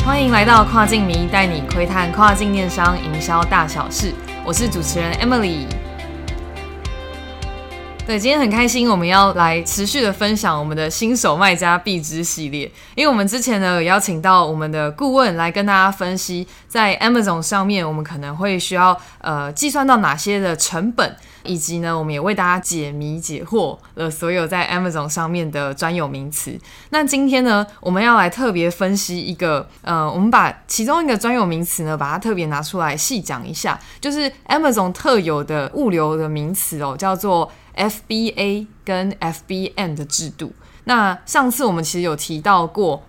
欢迎来到跨境迷，带你窥探跨境电商营销大小事。我是主持人 Emily。对，今天很开心，我们要来持续的分享我们的新手卖家必知系列。因为我们之前呢有邀请到我们的顾问来跟大家分析，在 Amazon 上面我们可能会需要计算到哪些的成本，以及呢我们也为大家解谜解惑了所有在 Amazon 上面的专有名词。那今天呢我们要来特别分析一个我们把其中一个专有名词呢把它特别拿出来细讲一下，就是 Amazon 特有的物流的名词叫做FBA 跟 FBM 的制度。那上次我们其实有提到过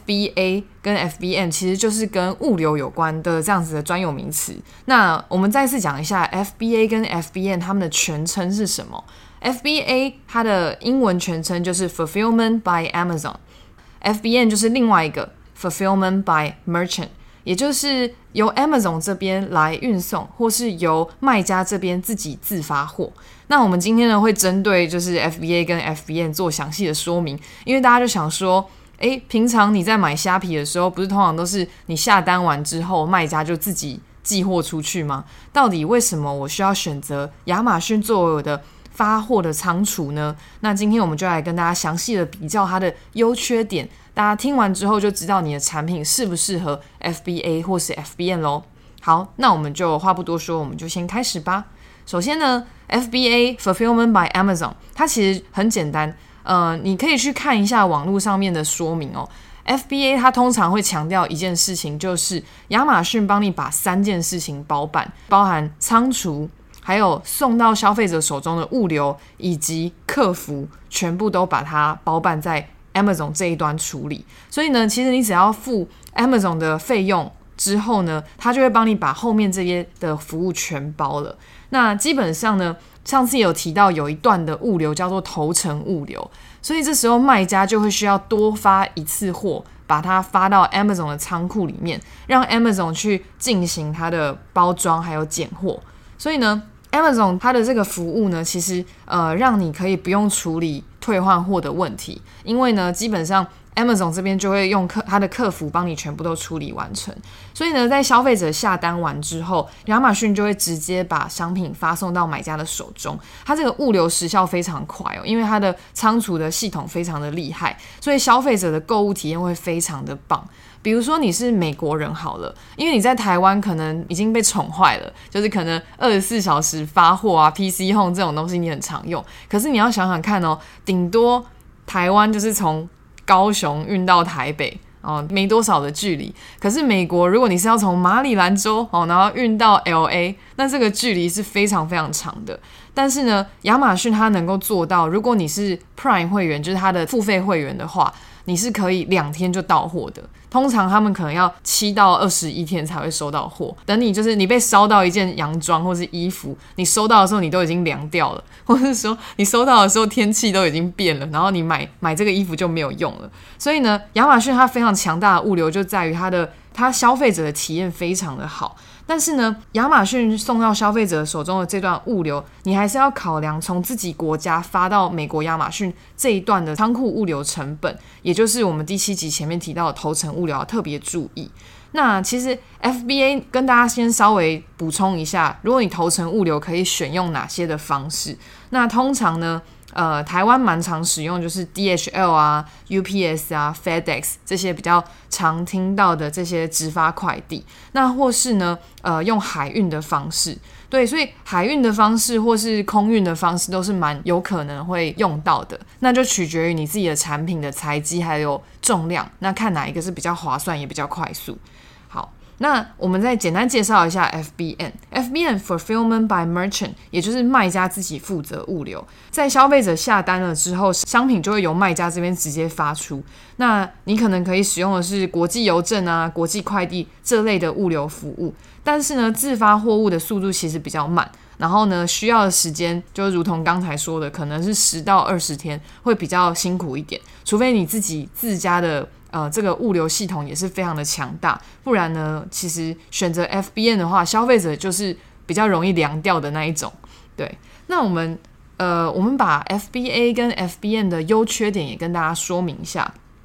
FBA 跟 FBM 其实就是跟物流有关的这样子的专有名词。那我们再次讲一下 FBA 跟 FBM 他们的全称是什么。 FBA 它的英文全称就是 Fulfillment by Amazon， FBM 就是另外一个 Fulfillment by Merchant，也就是由 Amazon 这边来运送，或是由卖家这边自己自发货。那我们今天呢会针对就是 FBA 跟 FBM 做详细的说明，因为大家就想说平常你在买虾皮的时候，不是通常都是你下单完之后卖家就自己寄货出去吗？到底为什么我需要选择亚马逊作为我的发货的仓储呢？那今天我们就来跟大家详细的比较它的优缺点，大家听完之后就知道你的产品适不适合 FBA 或是 FBM 咯。好，那我们就话不多说，我们就先开始吧。首先呢 FBA Fulfillment by Amazon 它其实很简单，你可以去看一下网络上面的说明FBA 它通常会强调一件事情，就是亚马逊帮你把3件事情包办，包含仓储，还有送到消费者手中的物流，以及客服，全部都把它包办在 Amazon 这一端处理。所以呢，其实你只要付 Amazon 的费用之后呢，它就会帮你把后面这些的服务全包了。那基本上呢，上次有提到有一段的物流叫做头程物流，所以这时候卖家就会需要多发一次货，把它发到 Amazon 的仓库里面，让 Amazon 去进行它的包装还有拣货。所以呢 Amazon 它的这个服务呢，其实让你可以不用处理退换货的问题，因为呢基本上Amazon 这边就会用它的客服帮你全部都处理完成。所以呢，在消费者下单完之后，亚马逊就会直接把商品发送到买家的手中。它这个物流时效非常快因为它的仓储的系统非常的厉害，所以消费者的购物体验会非常的棒。比如说你是美国人好了，因为你在台湾可能已经被宠坏了，就是可能24小时发货啊 PC Home 这种东西你很常用，可是你要想想看顶多台湾就是从高雄运到台北没多少的距离，可是美国如果你是要从马里兰州然后运到 LA， 那这个距离是非常非常长的。但是呢，亚马逊它能够做到，如果你是 Prime 会员，就是它的付费会员的话，你是可以2天就到货的。通常他们可能要7到21天才会收到货，等你就是你被烧到一件洋装或是衣服，你收到的时候你都已经凉掉了，或是说你收到的时候天气都已经变了，然后你买这个衣服就没有用了。所以呢，亚马逊它非常强大的物流就在于它消费者的体验非常的好。但是呢，亚马逊送到消费者手中的这段物流，你还是要考量从自己国家发到美国亚马逊这一段的仓库物流成本，也就是我们第7集前面提到的头程物流要特别注意。那其实 FBA 跟大家先稍微补充一下，如果你头程物流可以选用哪些的方式。那通常呢台湾蛮常使用就是 DHL 啊 UPS 啊 FedEx 这些比较常听到的这些直发快递。那或是呢用海运的方式，对，所以海运的方式或是空运的方式都是蛮有可能会用到的，那就取决于你自己的产品的材积还有重量，那看哪一个是比较划算也比较快速。好，那我们再简单介绍一下 FBM Fulfillment by Merchant， 也就是卖家自己负责物流，在消费者下单了之后，商品就会由卖家这边直接发出。那你可能可以使用的是国际邮政啊、国际快递这类的物流服务，但是呢，自发货物的速度其实比较慢，然后呢，需要的时间就如同刚才说的，可能是10到20天，会比较辛苦一点，除非你自家的这个物流系统也是非常的强大，不然呢，其实选择 FBM 的话，消费者就是比较容易凉掉的那一种。对，那我们把 FBA 跟 FBM 的优缺点也跟大家说明一下。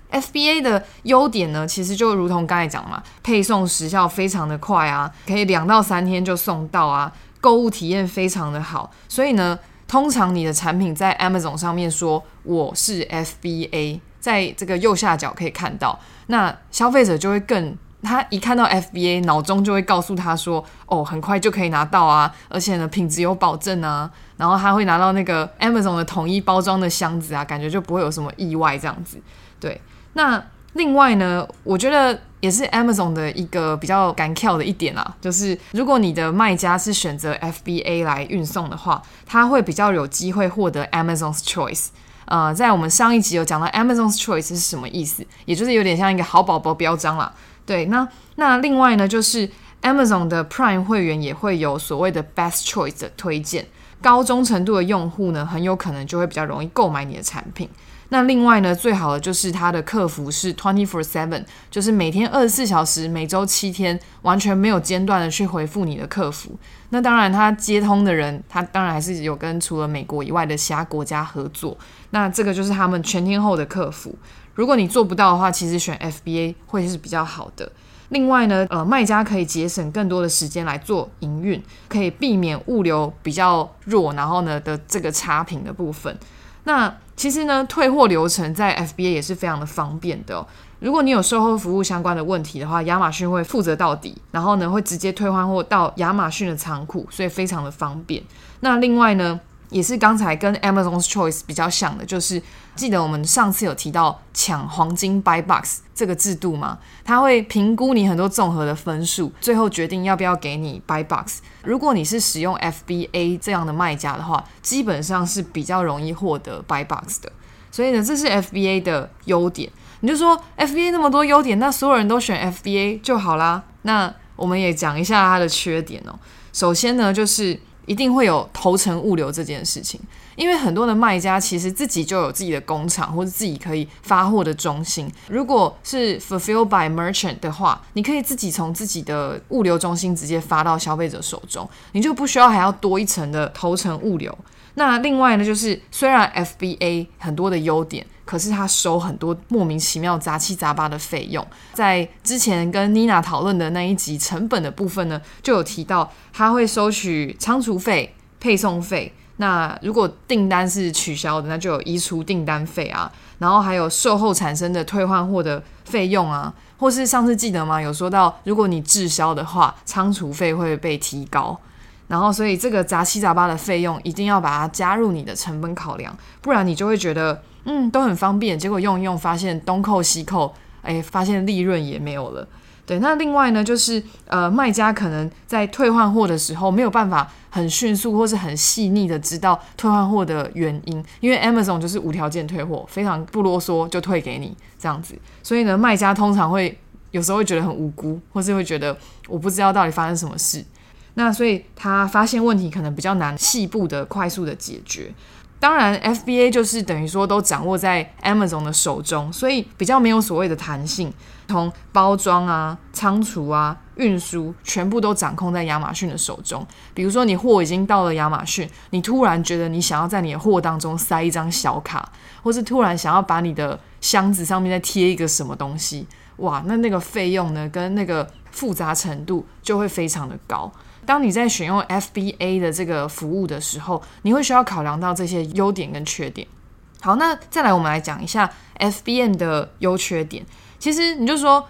FBA 的优点呢，其实就如同刚才讲嘛，配送时效非常的快啊，可以2到3天就送到啊，购物体验非常的好。所以呢，通常你的产品在 Amazon 上面说我是 FBA， 在这个右下角可以看到，那消费者就会他一看到 FBA， 脑中就会告诉他说，哦，很快就可以拿到啊，而且呢，品质有保证啊，然后他会拿到那个 Amazon 的统一包装的箱子啊，感觉就不会有什么意外这样子。对，那另外呢，我觉得也是 Amazon 的一个比较敢跳的一点啦，就是如果你的卖家是选择 FBA 来运送的话，他会比较有机会获得 Amazon's Choice。在我们上一集有讲到 Amazon's Choice 是什么意思，也就是有点像一个好宝宝标章啦。对，那另外呢，就是 Amazon 的 Prime 会员也会有所谓的 Best Choice 的推荐，高忠诚度的用户呢，很有可能就会比较容易购买你的产品。那另外呢，最好的就是它的客服是 24/7， 就是每天24小时，每周7天，完全没有间断的去回复你的客服。那当然，他接通的人，他当然还是有跟除了美国以外的其他国家合作。那这个就是他们全天候的客服。如果你做不到的话，其实选 FBA 会是比较好的。另外呢，卖家可以节省更多的时间来做营运，可以避免物流比较弱，然后呢的这个差评的部分。那其实呢，退货流程在 FBA 也是非常的方便的哦。如果你有售后服务相关的问题的话，亚马逊会负责到底，然后呢会直接退换货到亚马逊的仓库，所以非常的方便。那另外呢，也是刚才跟 Amazon's Choice 比较像的，就是记得我们上次有提到抢黄金 Buy Box 这个制度吗？它会评估你很多综合的分数，最后决定要不要给你 Buy Box。如果你是使用 FBA 这样的卖家的话，基本上是比较容易获得 Buy Box 的。所以呢，这是 FBA 的优点。你就说 FBA 那么多优点，那所有人都选 FBA 就好啦。那我们也讲一下它的缺点哦。首先呢，就是一定会有头程物流这件事情，因为很多的卖家其实自己就有自己的工厂或者自己可以发货的中心。如果是 fulfill by merchant 的话，你可以自己从自己的物流中心直接发到消费者手中，你就不需要还要多一层的头程物流。那另外呢，就是虽然 FBA 很多的优点，可是它收很多莫名其妙杂七杂八的费用。在之前跟 Nina 讨论的那一集成本的部分呢，就有提到它会收取仓储费、配送费。那如果订单是取消的，那就有移除订单费啊，然后还有售后产生的退换货的费用啊，或是上次记得吗？有说到如果你滞销的话，仓储费会被提高。然后所以这个杂七杂八的费用一定要把它加入你的成本考量，不然你就会觉得都很方便，结果用一用发现东扣西扣，发现利润也没有了。对，那另外呢，就是卖家可能在退换货的时候没有办法很迅速或是很细腻的知道退换货的原因，因为 Amazon 就是无条件退货，非常不啰嗦就退给你这样子，所以呢，卖家通常会有时候会觉得很无辜，或是会觉得我不知道到底发生什么事。那所以他发现问题可能比较难细部的快速的解决。当然 FBA 就是等于说都掌握在 Amazon 的手中，所以比较没有所谓的弹性，从包装啊、仓储啊、运输全部都掌控在亚马逊的手中。比如说你货已经到了亚马逊，你突然觉得你想要在你的货当中塞一张小卡，或是突然想要把你的箱子上面再贴一个什么东西，哇，那个费用呢跟那个复杂程度就会非常的高。当你在选用 FBA 的这个服务的时候，你会需要考量到这些优点跟缺点。好，那再来我们来讲一下 FBM 的优缺点。其实你就说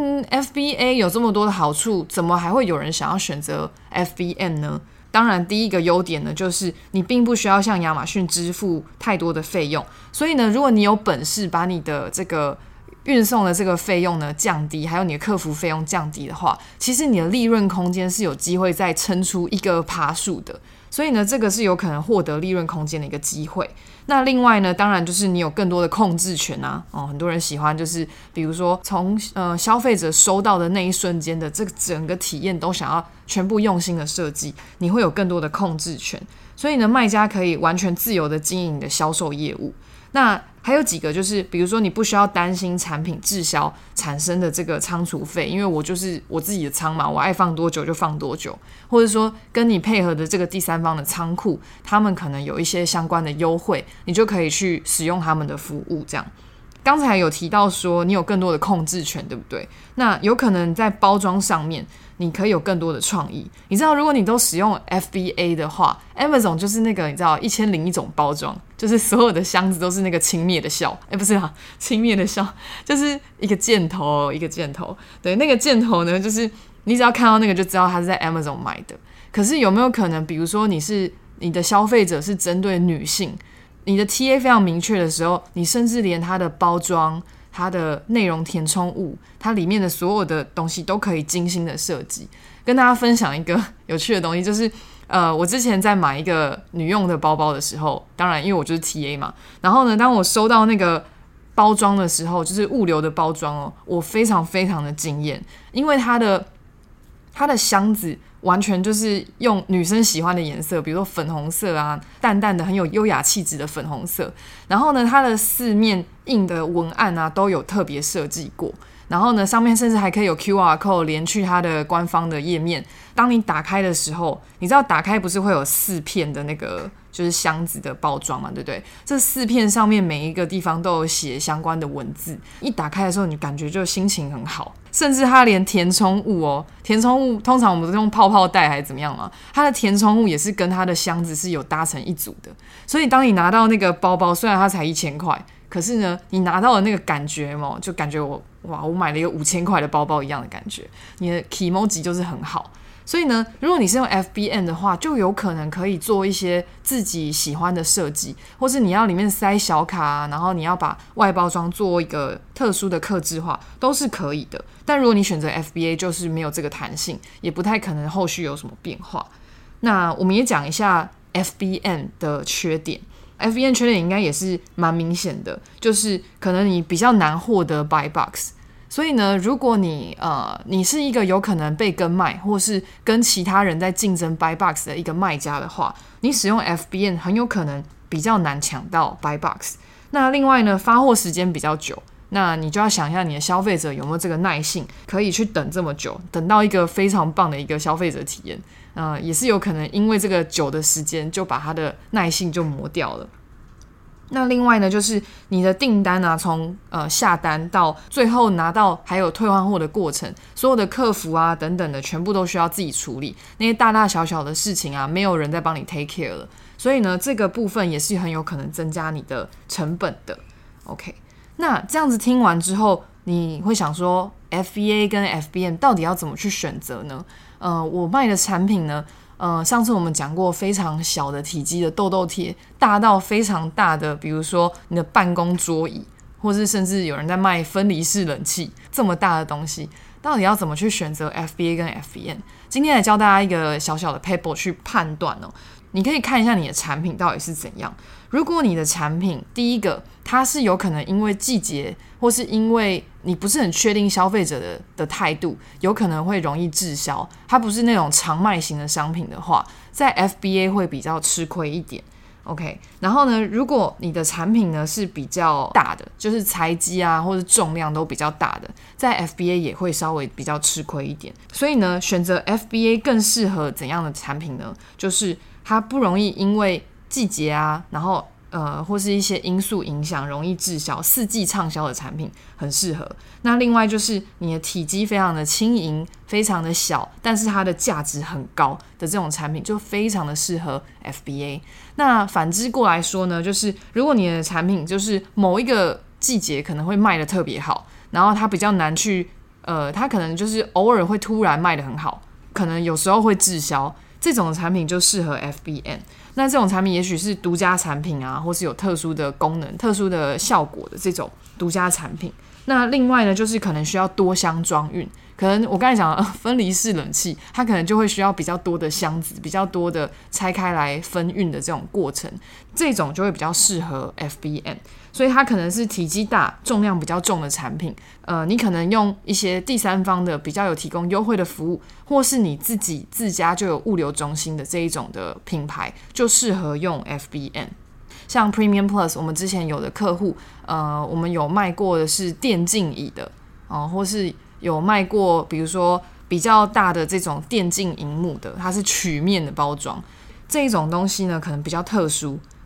FBA 有这么多的好处，怎么还会有人想要选择 FBM 呢？当然第一个优点呢，就是你并不需要向亚马逊支付太多的费用，所以呢，如果你有本事把你的这个运送的这个费用呢降低，还有你的客服费用降低的话，其实你的利润空间是有机会再撑出一个爬数的，所以呢，这个是有可能获得利润空间的一个机会。那另外呢，当然就是你有更多的控制权啊，很多人喜欢就是比如说从消费者收到的那一瞬间的这个整个体验都想要全部用心的设计，你会有更多的控制权，所以呢，卖家可以完全自由的经营你的销售业务。那还有几个就是比如说你不需要担心产品滞销产生的这个仓储费，因为我就是我自己的仓嘛，我爱放多久就放多久，或者说跟你配合的这个第三方的仓库，他们可能有一些相关的优惠，你就可以去使用他们的服务这样。 刚才有提到说你有更多的控制权，对不对？那有可能在包装上面你可以有更多的创意。你知道如果你都使用 FBA 的话， Amazon 就是那个你知道1001种包装，就是所有的箱子都是那个轻蔑的笑，不是啊，轻蔑的笑就是一个箭头一个箭头，对，那个箭头呢就是你只要看到那个就知道它是在 Amazon 买的。可是有没有可能比如说你的消费者是针对女性，你的 TA 非常明确的时候，你甚至连它的包装、它的内容填充物、它里面的所有的东西都可以精心的设计。跟大家分享一个有趣的东西，就是我之前在买一个女用的包包的时候，当然因为我就是 TA 嘛，然后呢，当我收到那个包装的时候，就是物流的包装哦，我非常非常的惊艳，因为它的箱子完全就是用女生喜欢的颜色，比如说粉红色啊，淡淡的很有优雅气质的粉红色。然后呢，它的四面印的文案啊都有特别设计过。然后呢，上面甚至还可以有 QR code 连去它的官方的页面。当你打开的时候，你知道打开不是会有4片的那个就是箱子的包装嘛，对不对？这4片上面每一个地方都有写相关的文字，一打开的时候你感觉就心情很好。甚至它连填充物哦，填充物通常我们都用泡泡袋还是怎么样嘛，它的填充物也是跟它的箱子是有搭成一组的。所以当你拿到那个包包，虽然它才1000块，可是呢，你拿到的那个感觉嘛，就感觉我买了一个5000块的包包一样的感觉，你的 Kimoji 就是很好。所以呢，如果你是用 FBN 的话，就有可能可以做一些自己喜欢的设计，或是你要里面塞小卡啊，然后你要把外包装做一个特殊的客制化，都是可以的。但如果你选择 FBA， 就是没有这个弹性，也不太可能后续有什么变化。那我们也讲一下 FBN 的缺点。FBN 缺点应该也是蛮明显的，就是可能你比较难获得 buy box。所以呢，如果你是一个有可能被跟卖，或是跟其他人在竞争 buy box 的一个卖家的话，你使用 FBN 很有可能比较难抢到 buy box。那另外呢，发货时间比较久，那你就要想一下你的消费者有没有这个耐性，可以去等这么久，等到一个非常棒的一个消费者体验。也是有可能因为这个久的时间，就把他的耐性就磨掉了。那另外呢，就是你的订单啊，从下单到最后拿到还有退换货的过程，所有的客服啊等等的，全部都需要自己处理。那些大大小小的事情啊，没有人在帮你 take care 了。所以呢，这个部分也是很有可能增加你的成本的。OK， 那这样子听完之后，你会想说 FBA 跟 FBN 到底要怎么去选择呢？我卖的产品呢，上次我们讲过非常小的体积的痘痘贴，大到非常大的，比如说你的办公桌椅，或是甚至有人在卖分离式冷气，这么大的东西，到底要怎么去选择 FBA 跟 FBN？ 今天来教大家一个小小的 paper 去判断哦。你可以看一下你的产品到底是怎样。如果你的产品第一个它是有可能因为季节，或是因为你不是很确定消费者的态度，有可能会容易滞销，它不是那种常卖型的商品的话，在 FBA 会比较吃亏一点。OK， 然后呢，如果你的产品呢是比较大的，就是材积啊或者重量都比较大的，在 FBA 也会稍微比较吃亏一点。所以呢，选择 FBA 更适合怎样的产品呢？就是它不容易因为季节啊，然后或是一些因素影响容易滞销，4季畅销的产品很适合。那另外就是你的体积非常的轻盈，非常的小，但是它的价值很高的这种产品就非常的适合 FBA。那反之过来说呢，就是如果你的产品就是某一个季节可能会卖得特别好，然后它比较难去它可能就是偶尔会突然卖得很好，可能有时候会滞销，这种产品就适合 FBN。那这种产品也许是独家产品啊，或是有特殊的功能、特殊的效果的这种独家产品。那另外呢，就是可能需要多箱装运，可能我刚才讲的分离式冷气，它可能就会需要比较多的箱子，比较多的拆开来分运的这种过程，这种就会比较适合 FBN。所以它可能是体积大、重量比较重的产品，你可能用一些第三方的比较有提供优惠的服务，或是你自家就有物流中心的这一种的品牌，就适合用 FBN。像 Premium Plus 我们之前有的客户，我们有卖过的是电竞椅的，或是有卖过比如说比较大的这种电竞萤幕的，它是曲面的包装，这一种东西呢可能比较特殊，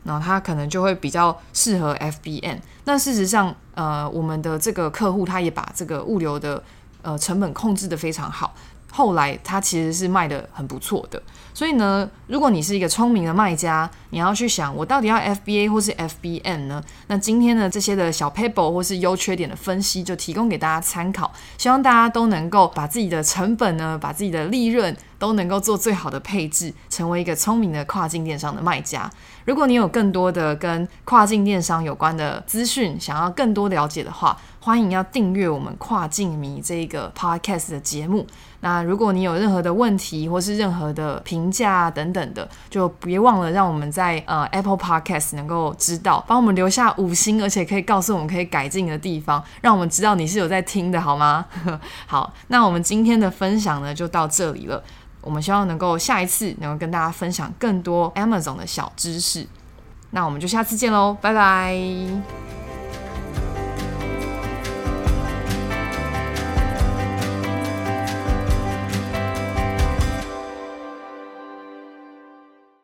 然后他可能就会比较适合 FBM。那事实上我们的这个客户他也把这个物流的成本控制得非常好，后来它其实是卖得很不错的。所以呢，如果你是一个聪明的卖家，你要去想我到底要 FBA 或是 FBM 呢？那今天的这些的小 paper 或是优缺点的分析就提供给大家参考，希望大家都能够把自己的成本呢，把自己的利润都能够做最好的配置，成为一个聪明的跨境电商的卖家。如果你有更多的跟跨境电商有关的资讯，想要更多了解的话，欢迎要订阅我们跨境迷这个 podcast 的节目。那如果你有任何的问题或是任何的评价等等的，就别忘了让我们在Apple Podcast 能够知道，帮我们留下5星，而且可以告诉我们可以改进的地方，让我们知道你是有在听的，好吗？好，那我们今天的分享呢就到这里了。我们希望能够下一次能够跟大家分享更多 Amazon 的小知识。那我们就下次见咯，拜拜。